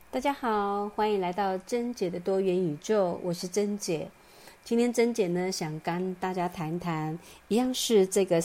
大家好，欢迎来到珍姐的多元宇宙，我是珍姐。今天珍姐呢，想跟大家谈谈，一样是这个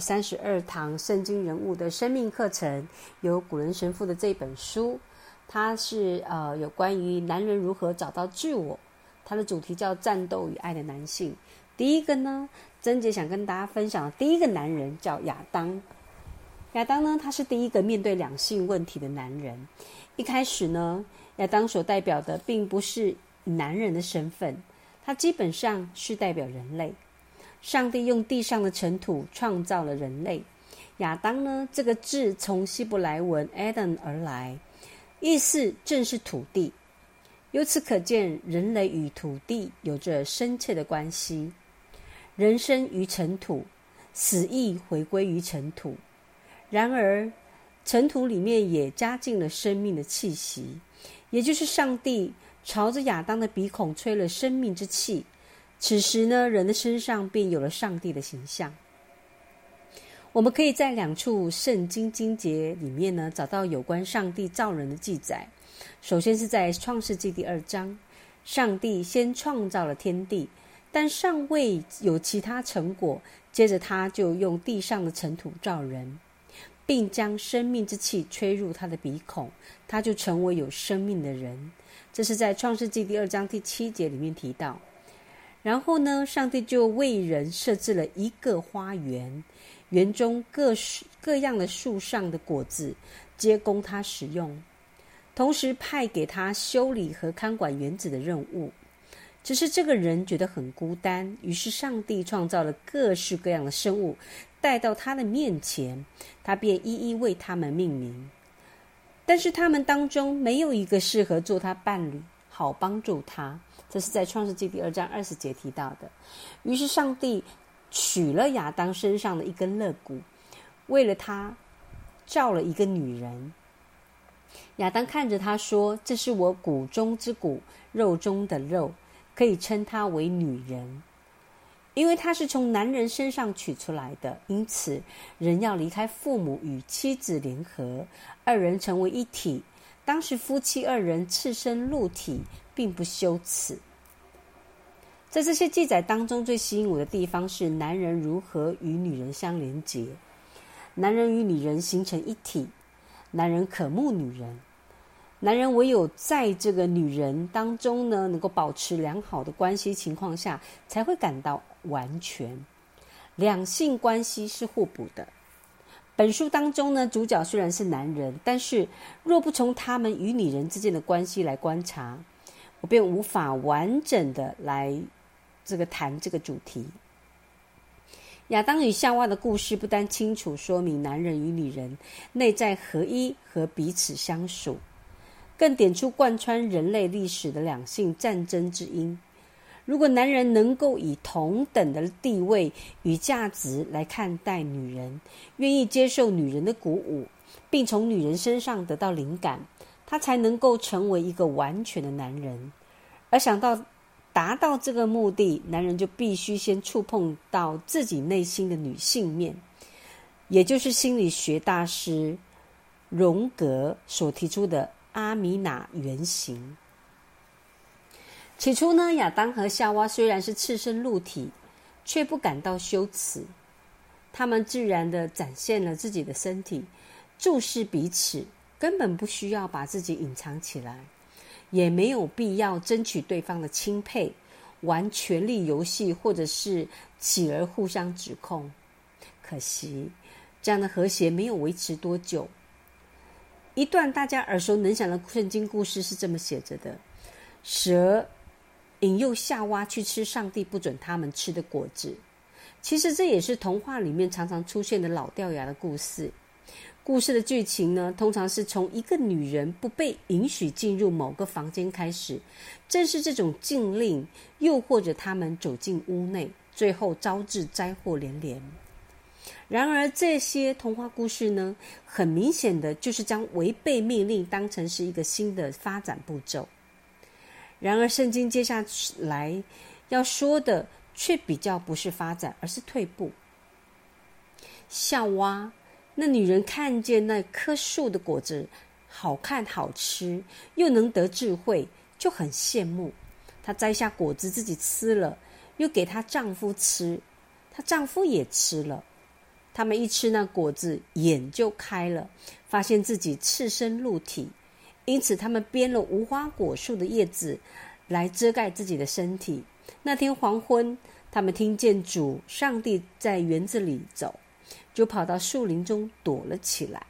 32堂圣经人物的生命课程，由古伦神父的这本书，它是有关于男人如何找到自我，它的主题叫战斗与爱的男性。第一个呢，珍姐想跟大家分享的第一个男人叫亚当。亚当呢，他是第一个面对两性问题的男人。一开始呢，亚当所代表的并不是男人的身份，他基本上是代表人类。上帝用地上的尘土创造了人类。亚当呢，这个字从希伯来文 Adam 而来，意思正是土地。由此可见，人类与土地有着深切的关系。人生于尘土，死亦回归于尘土。然而尘土里面也加进了生命的气息，也就是上帝朝着亚当的鼻孔吹了生命之气。此时呢，人的身上便有了上帝的形象。我们可以在两处圣经经节里面呢，找到有关上帝造人的记载。首先是在创世纪第2章，上帝先创造了天地，但尚未有其他成果，接着他就用地上的尘土造人，并将生命之气吹入他的鼻孔，他就成为有生命的人。这是在创世纪第2章第7节里面提到。然后呢，上帝就为人设置了一个花园，园中各样的树上的果子皆供他食用，同时派给他修理和看管园子的任务。只是这个人觉得很孤单，于是上帝创造了各式各样的生物带到他的面前，他便一一为他们命名。但是他们当中没有一个适合做他伴侣，好帮助他。这是在创世纪第2章20节提到的。于是上帝取了亚当身上的一根肋骨，为了他造了一个女人。亚当看着他说，这是我骨中之骨，肉中的肉，可以称她为女人。因为她是从男人身上取出来的，因此人要离开父母与妻子联合，二人成为一体。当时夫妻二人赤身露体，并不羞耻。在这些记载当中，最吸引我的地方是男人如何与女人相连结。男人与女人形成一体，男人渴慕女人，男人唯有在这个女人当中呢，能够保持良好的关系情况下，才会感到完全。两性关系是互补的。本书当中呢，主角虽然是男人，但是若不从他们与女人之间的关系来观察，我便无法完整的来谈这个主题。亚当与夏娃的故事不单清楚说明男人与女人内在合一和彼此相属，更点出贯穿人类历史的两性战争之因。如果男人能够以同等的地位与价值来看待女人，愿意接受女人的鼓舞，并从女人身上得到灵感，他才能够成为一个完全的男人。而想到达到这个目的，男人就必须先触碰到自己内心的女性面，也就是心理学大师荣格所提出的阿米娜原型。起初呢，亚当和夏娃虽然是赤身露体，却不感到羞耻。他们自然地展现了自己的身体，注视彼此，根本不需要把自己隐藏起来，也没有必要争取对方的钦佩，玩权力游戏，或者是起而互相指控。可惜，这样的和谐没有维持多久。一段大家耳熟能详的圣经故事是这么写着的：蛇引诱夏娃去吃上帝不准他们吃的果子。其实这也是童话里面常常出现的老掉牙的故事。故事的剧情呢，通常是从一个女人不被允许进入某个房间开始，正是这种禁令诱惑着他们走进屋内，最后招致灾祸连连。然而这些童话故事呢，很明显的就是将违背命令当成是一个新的发展步骤。然而圣经接下来要说的却比较不是发展，而是退步。夏娃那女人看见那棵树的果子好看好吃，又能得智慧，就很羡慕。她摘下果子自己吃了，又给她丈夫吃，她丈夫也吃了。他们一吃那果子，眼就开了，发现自己赤身露体，因此他们编了无花果树的叶子来遮盖自己的身体。那天黄昏，他们听见主上帝在园子里走，就跑到树林中躲了起来。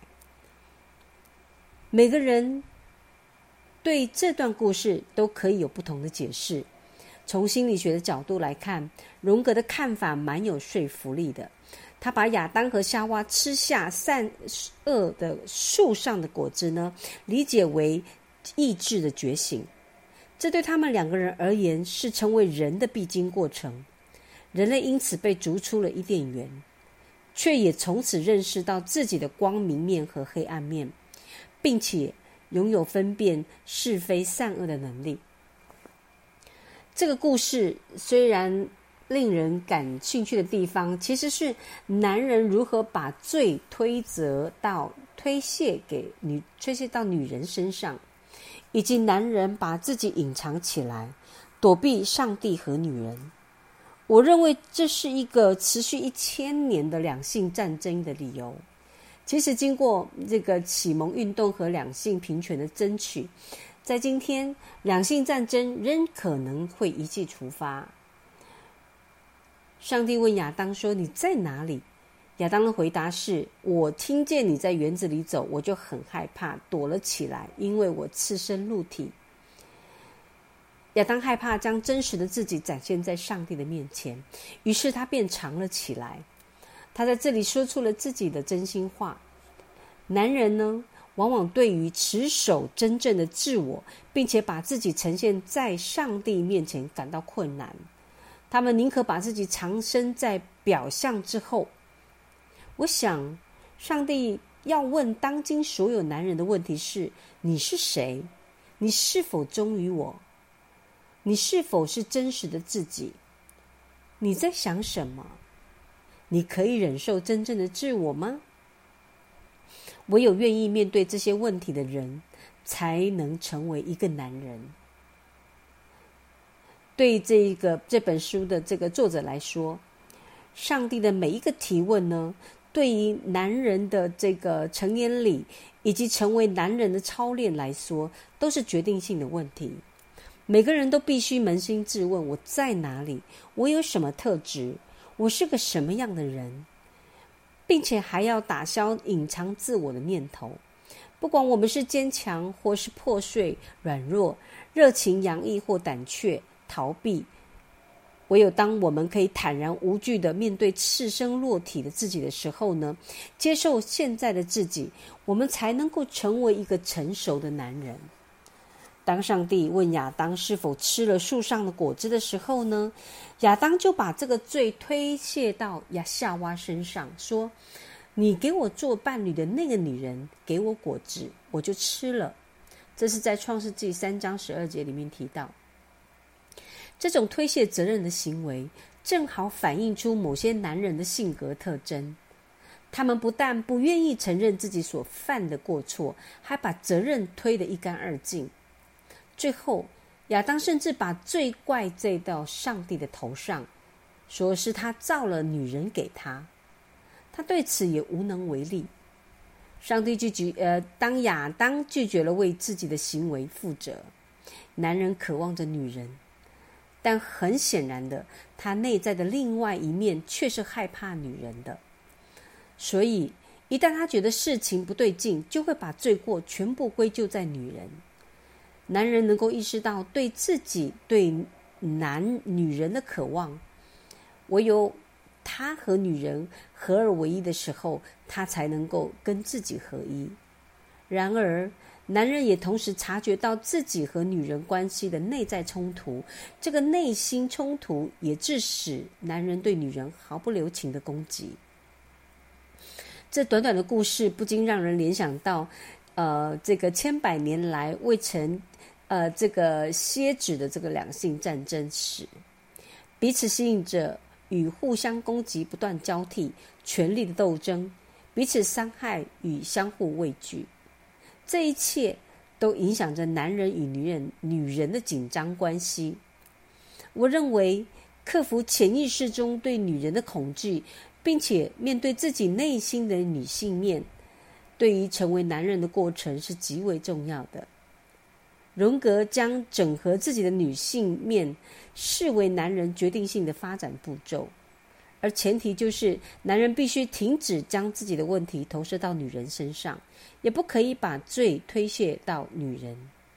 每个人对这段故事都可以有不同的解释。从心理学的角度来看，荣格的看法蛮有说服力的。他把亚当和夏娃吃下善恶的树上的果子呢，理解为意志的觉醒。这对他们两个人而言是成为人的必经过程。人类因此被逐出了伊甸园，却也从此认识到自己的光明面和黑暗面，并且拥有分辨是非善恶的能力。这个故事虽然令人感兴趣的地方，其实是男人如何把罪推卸到女人身上，以及男人把自己隐藏起来，躲避上帝和女人。我认为这是一个持续1000年的两性战争的理由。其实经过这个启蒙运动和两性平权的争取，在今天两性战争仍可能会一触即发。上帝问亚当说，你在哪里？亚当的回答是，我听见你在园子里走，我就很害怕，躲了起来，因为我赤身露体。亚当害怕将真实的自己展现在上帝的面前，于是他便藏了起来。他在这里说出了自己的真心话。男人呢，往往对于持守真正的自我，并且把自己呈现在上帝面前感到困难。他们宁可把自己藏身在表象之后。我想，上帝要问当今所有男人的问题是：你是谁？你是否忠于我？你是否是真实的自己？你在想什么？你可以忍受真正的自我吗？唯有愿意面对这些问题的人，才能成为一个男人。对这本书的这个作者来说，上帝的每一个提问呢，对于男人的这个成年礼以及成为男人的操练来说，都是决定性的问题。每个人都必须扪心自问，我在哪里？我有什么特质？我是个什么样的人？并且还要打消隐藏自我的念头。不管我们是坚强或是破碎、软弱、热情洋溢或胆怯、逃避，唯有当我们可以坦然无惧地面对赤身裸体的自己的时候呢，接受现在的自己，我们才能够成为一个成熟的男人。当上帝问亚当是否吃了树上的果子的时候呢，亚当就把这个罪推卸到夏娃身上，说，你给我做伴侣的那个女人给我果子，我就吃了。这是在创世纪3章12节里面提到。这种推卸责任的行为正好反映出某些男人的性格特征。他们不但不愿意承认自己所犯的过错，还把责任推得一干二净。最后，亚当甚至把罪怪罪到上帝的头上，说是他造了女人给他，他对此也无能为力。上帝当亚当拒绝了为自己的行为负责，男人渴望着女人，但很显然的，他内在的另外一面却是害怕女人的。所以，一旦他觉得事情不对劲，就会把罪过全部归咎在女人。男人能够意识到对自己对女人的渴望，唯有他和女人合而为一的时候，他才能够跟自己合一。然而，男人也同时察觉到自己和女人关系的内在冲突，这个内心冲突也致使男人对女人毫不留情的攻击。这短短的故事不禁让人联想到这个千百年来未曾这个歇止的这个两性战争史，彼此吸引着与互相攻击不断交替，权力的斗争，彼此伤害与相互畏惧。 这一切都影响着男人与女人的紧张关系。我认为克服潜意识中对女人的恐惧，并且面对自己内心的女性面，对于成为男人的过程是极为重要的。荣格将整合自己的女性面视为男人决定性的发展步骤，而前提就是男人必须停止将自己的问题投射到女人身上，也不可以把罪推卸到女人。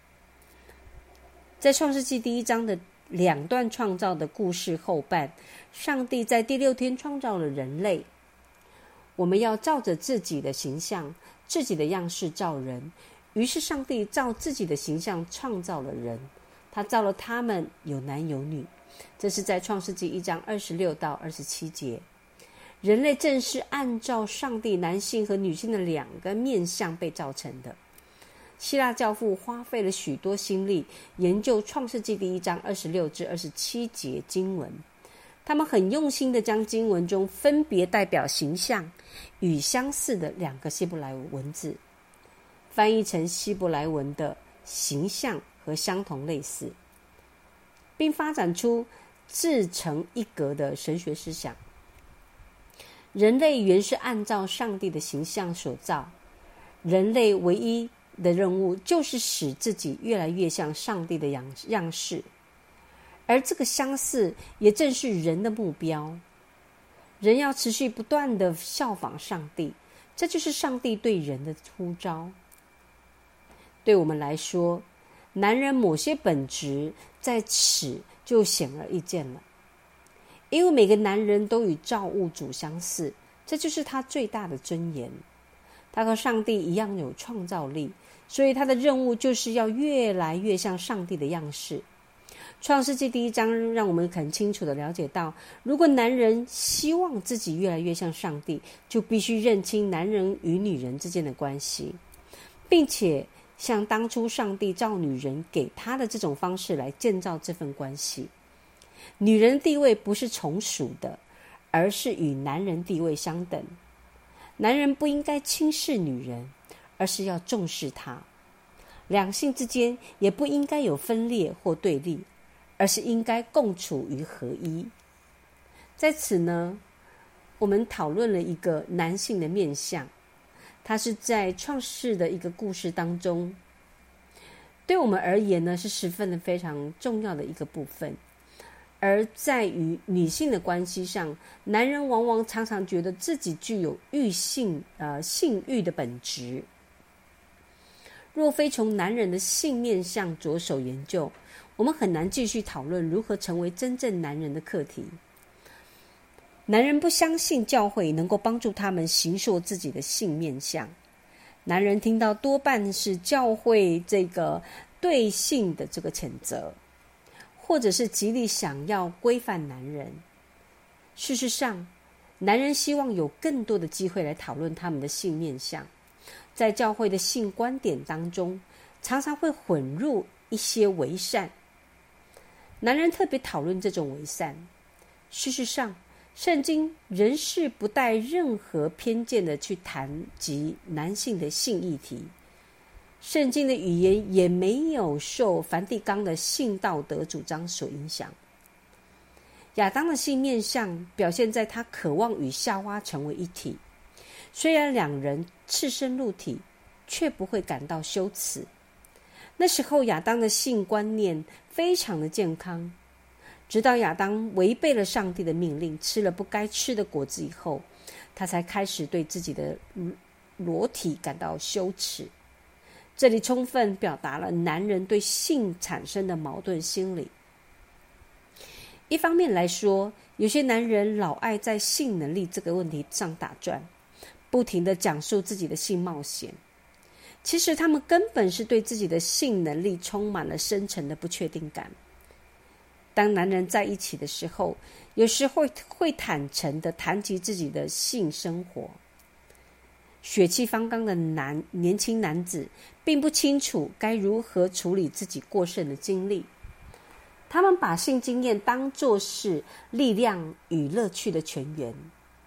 在创世纪第1章的2段创造的故事后半，上帝在第6天创造了人类。我们要照着自己的形象、自己的样式造人。于是上帝照自己的形象创造了人，他造了他们有男有女。这是在创世纪1章26到27节。人类正是按照上帝男性和女性的2个面向被造成的。希腊教父花费了许多心力研究创世纪第1章26至27节经文，他们很用心地将经文中分别代表形象与相似的2个希伯来文字翻译成希伯来文的形象和相同类似，并发展出自成一格的神学思想。人类原是按照上帝的形象所造，人类唯一的任务就是使自己越来越像上帝的样式，而这个相似也正是人的目标。人要持续不断地效仿上帝，这就是上帝对人的呼召。对我们来说，男人某些本质在此就显而易见了，因为每个男人都与造物主相似，这就是他最大的尊严。他和上帝一样有创造力，所以他的任务就是要越来越像上帝的样式。创世纪第1章让我们很清楚地了解到，如果男人希望自己越来越像上帝，就必须认清男人与女人之间的关系，并且像当初上帝造女人给他的这种方式来建造这份关系。女人的地位不是从属的，而是与男人地位相等。男人不应该轻视女人，而是要重视她。两性之间也不应该有分裂或对立，而是应该共处于合一。在此呢，我们讨论了一个男性的面向，它是在创世的一个故事当中，对我们而言呢是十分的非常重要的一个部分。而在与女性的关系上，男人往往常常觉得自己具有性欲的本质。若非从男人的性面向着手研究，我们很难继续讨论如何成为真正男人的课题。男人不相信教会能够帮助他们形塑自己的性面相。男人听到多半是教会这个对性的这个谴责，或者是极力想要规范男人。事实上，男人希望有更多的机会来讨论他们的性面相。在教会的性观点当中，常常会混入一些伪善。男人特别讨论这种伪善。事实上，圣经仍是不带任何偏见的去谈及男性的性议题。圣经的语言也没有受梵蒂冈的性道德主张所影响。亚当的性面相表现在他渴望与夏娃成为一体，虽然两人赤身露体，却不会感到羞耻。那时候亚当的性观念非常的健康，直到亚当违背了上帝的命令，吃了不该吃的果子以后，他才开始对自己的裸体感到羞耻。这里充分表达了男人对性产生的矛盾心理。一方面来说，有些男人老爱在性能力这个问题上打转，不停地讲述自己的性冒险。其实他们根本是对自己的性能力充满了深层的不确定感。当男人在一起的时候，有时候会坦诚地谈及自己的性生活。血气方刚的年轻男子并不清楚该如何处理自己过剩的精力，他们把性经验当作是力量与乐趣的泉源。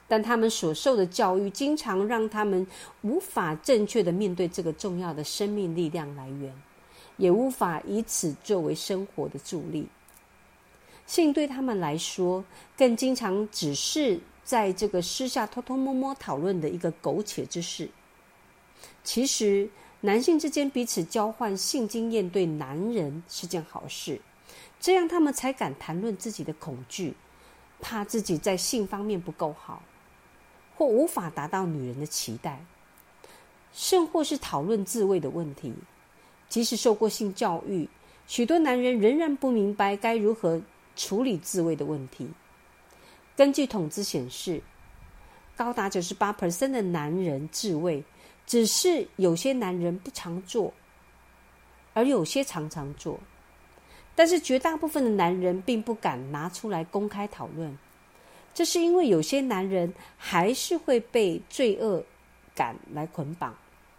但他们所受的教育经常让他们无法正确的面对这个重要的生命力量来源，也无法以此作为生活的助力。性对他们来说，更经常只是在这个私下偷偷摸摸讨论的一个苟且之事。其实男性之间彼此交换性经验对男人是件好事，这样他们才敢谈论自己的恐惧，怕自己在性方面不够好，或无法达到女人的期待，甚或是讨论自慰的问题。即使受过性教育，许多男人仍然不明白该如何处理自慰的问题。根据统计显示，高达 98% 的男人自慰，只是有些男人不常做，而有些常常做。但是绝大部分的男人并不敢拿出来公开讨论，这是因为有些男人还是会被罪恶感来捆绑。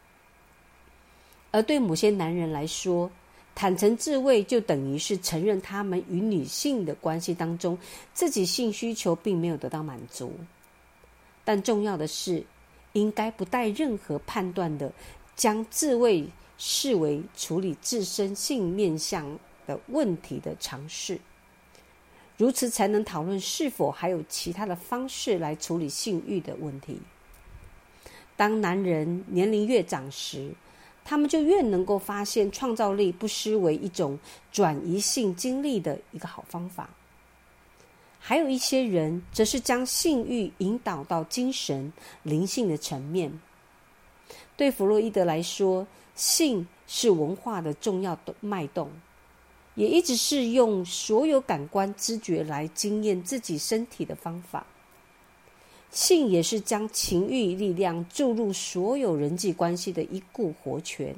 而对某些男人来说，坦诚自慰就等于是承认他们与女性的关系当中，自己性需求并没有得到满足。但重要的是，应该不带任何判断的将自慰视为处理自身性面向的问题的尝试，如此才能讨论是否还有其他的方式来处理性欲的问题。当男人年龄越长时，他们就越能够发现创造力不失为一种转移性经历的一个好方法。还有一些人则是将性欲引导到精神、灵性的层面。对弗洛伊德来说，性是文化的重要的脉动，也一直是用所有感官知觉来经验自己身体的方法。性也是将情欲力量注入所有人际关系的一股活泉。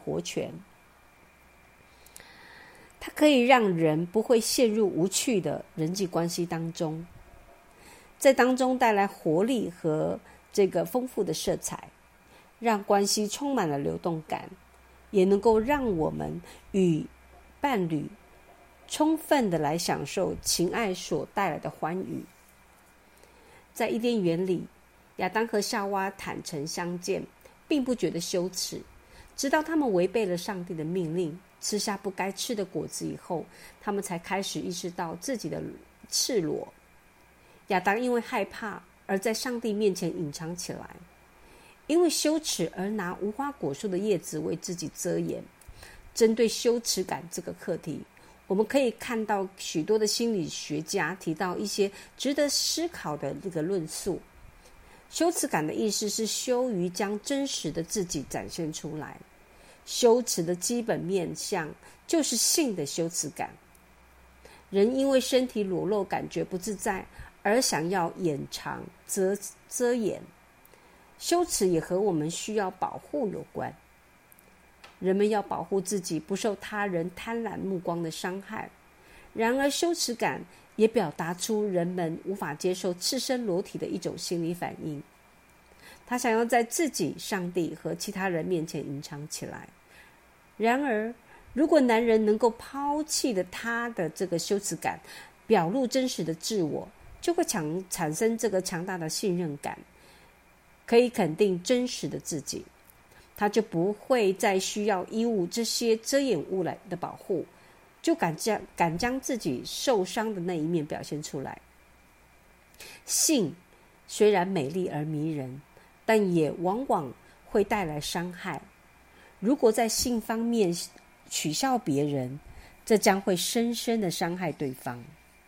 它可以让人不会陷入无趣的人际关系当中，在当中带来活力和这个丰富的色彩，让关系充满了流动感，也能够让我们与伴侣充分的来享受情爱所带来的欢愉。在伊甸园里，亚当和夏娃坦诚相见，并不觉得羞耻，直到他们违背了上帝的命令，吃下不该吃的果子以后，他们才开始意识到自己的赤裸。亚当因为害怕而在上帝面前隐藏起来，因为羞耻而拿无花果树的叶子为自己遮掩。针对羞耻感这个课题，我们可以看到许多的心理学家提到一些值得思考的这个论述。羞耻感的意思是羞于将真实的自己展现出来。羞耻的基本面向就是性的羞耻感。人因为身体裸露感觉不自在，而想要掩藏、遮掩。羞耻也和我们需要保护有关。人们要保护自己不受他人贪婪目光的伤害，然而羞耻感也表达出人们无法接受赤身裸体的一种心理反应。他想要在自己、上帝和其他人面前隐藏起来。然而，如果男人能够抛弃的他的这个羞耻感，表露真实的自我，就会产生这个强大的信任感，可以肯定真实的自己。他就不会再需要依附这些遮掩物来的保护，就敢将自己受伤的那一面表现出来。性虽然美丽而迷人，但也往往会带来伤害。如果在性方面取笑别人，这将会深深的伤害对方。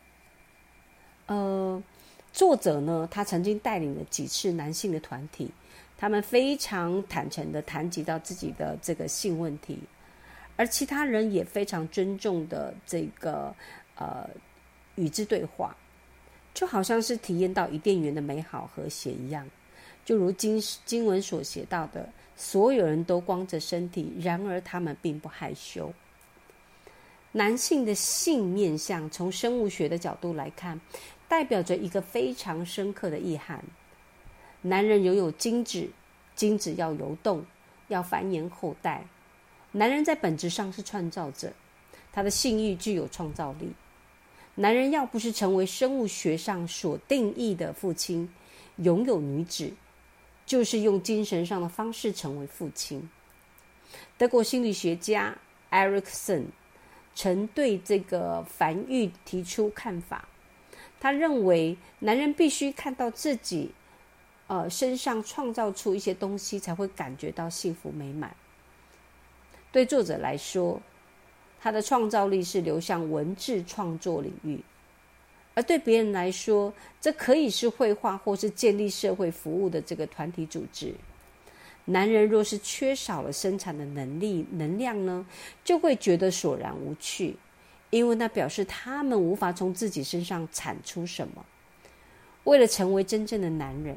作者呢，他曾经带领了几次男性的团体，他们非常坦诚地谈及到自己的这个性问题，而其他人也非常尊重的这个与之对话，就好像是体验到伊甸园的美好和谐一样。就如经文所写到的，所有人都光着身体，然而他们并不害羞。男性的性面向，从生物学的角度来看，代表着一个非常深刻的意涵。男人拥有精子，精子要游动，要繁衍后代。男人在本质上是创造者，他的性欲具有创造力。男人要不是成为生物学上所定义的父亲， 拥有女子，就是用精神上的方式成为父亲。德国心理学家艾瑞克森曾对这个繁育提出看法，他认为男人必须看到自己身上创造出一些东西，才会感觉到幸福美满。对作者来说，他的创造力是流向文字创作领域，而对别人来说，这可以是绘画或是建立社会服务的这个团体组织。男人若是缺少了生产的能量呢，就会觉得索然无趣，因为那表示他们无法从自己身上产出什么。为了成为真正的男人，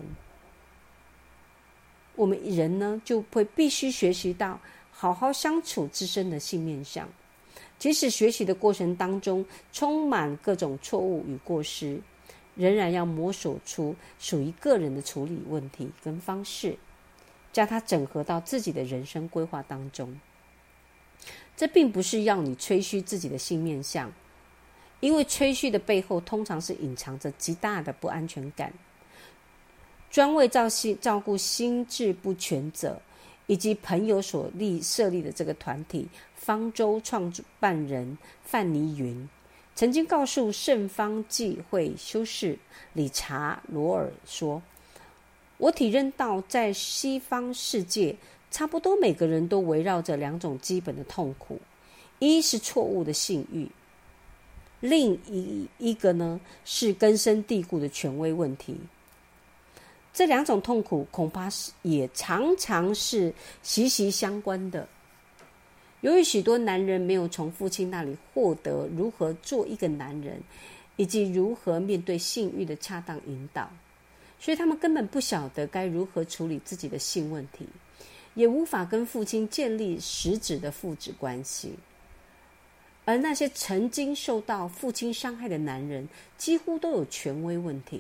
我们人呢就会必须学习到好好相处自身的性面相，即使学习的过程当中充满各种错误与过失，仍然要摸索出属于个人的处理问题跟方式，将它整合到自己的人生规划当中。这并不是要你吹嘘自己的性面相，因为吹嘘的背后通常是隐藏着极大的不安全感。专为照顾心智不全者以及朋友所设立的这个团体方舟创办人范尼云曾经告诉圣方济会修士理查罗尔说，我体认到在西方世界差不多每个人都围绕着两种基本的痛苦，一是错误的性欲，另一个呢是根深蒂固的权威问题。这两种痛苦恐怕也常常是息息相关的。由于许多男人没有从父亲那里获得如何做一个男人，以及如何面对性欲的恰当引导，所以他们根本不晓得该如何处理自己的性问题，也无法跟父亲建立实质的父子关系。而那些曾经受到父亲伤害的男人，几乎都有权威问题。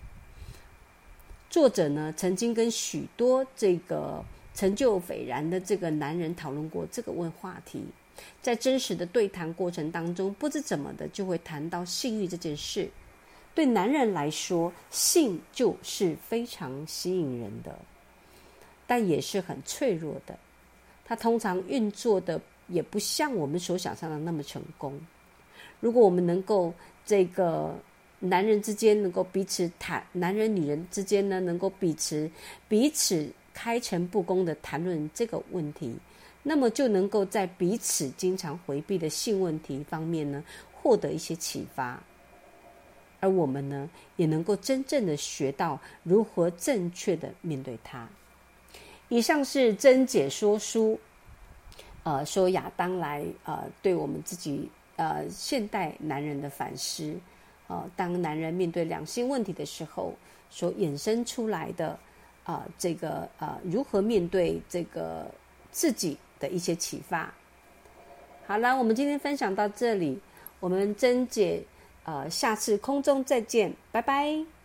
作者呢，曾经跟许多这个成就斐然的这个男人讨论过这个话题，在真实的对谈过程当中，不知怎么的就会谈到性欲这件事。对男人来说，性就是非常吸引人的，但也是很脆弱的。它通常运作的也不像我们所想象的那么成功。如果我们能够这个男人之间能够彼此男人女人之间呢能够彼此开诚布公的谈论这个问题，那么就能够在彼此经常回避的性问题方面呢获得一些启发，而我们呢也能够真正的学到如何正确的面对它。以上是真解说书说亚当来对我们自己现代男人的反思，当男人面对两性问题的时候所衍生出来的这个如何面对这个自己的一些启发。好了，我们今天分享到这里，我们珍姐下次空中再见，拜拜。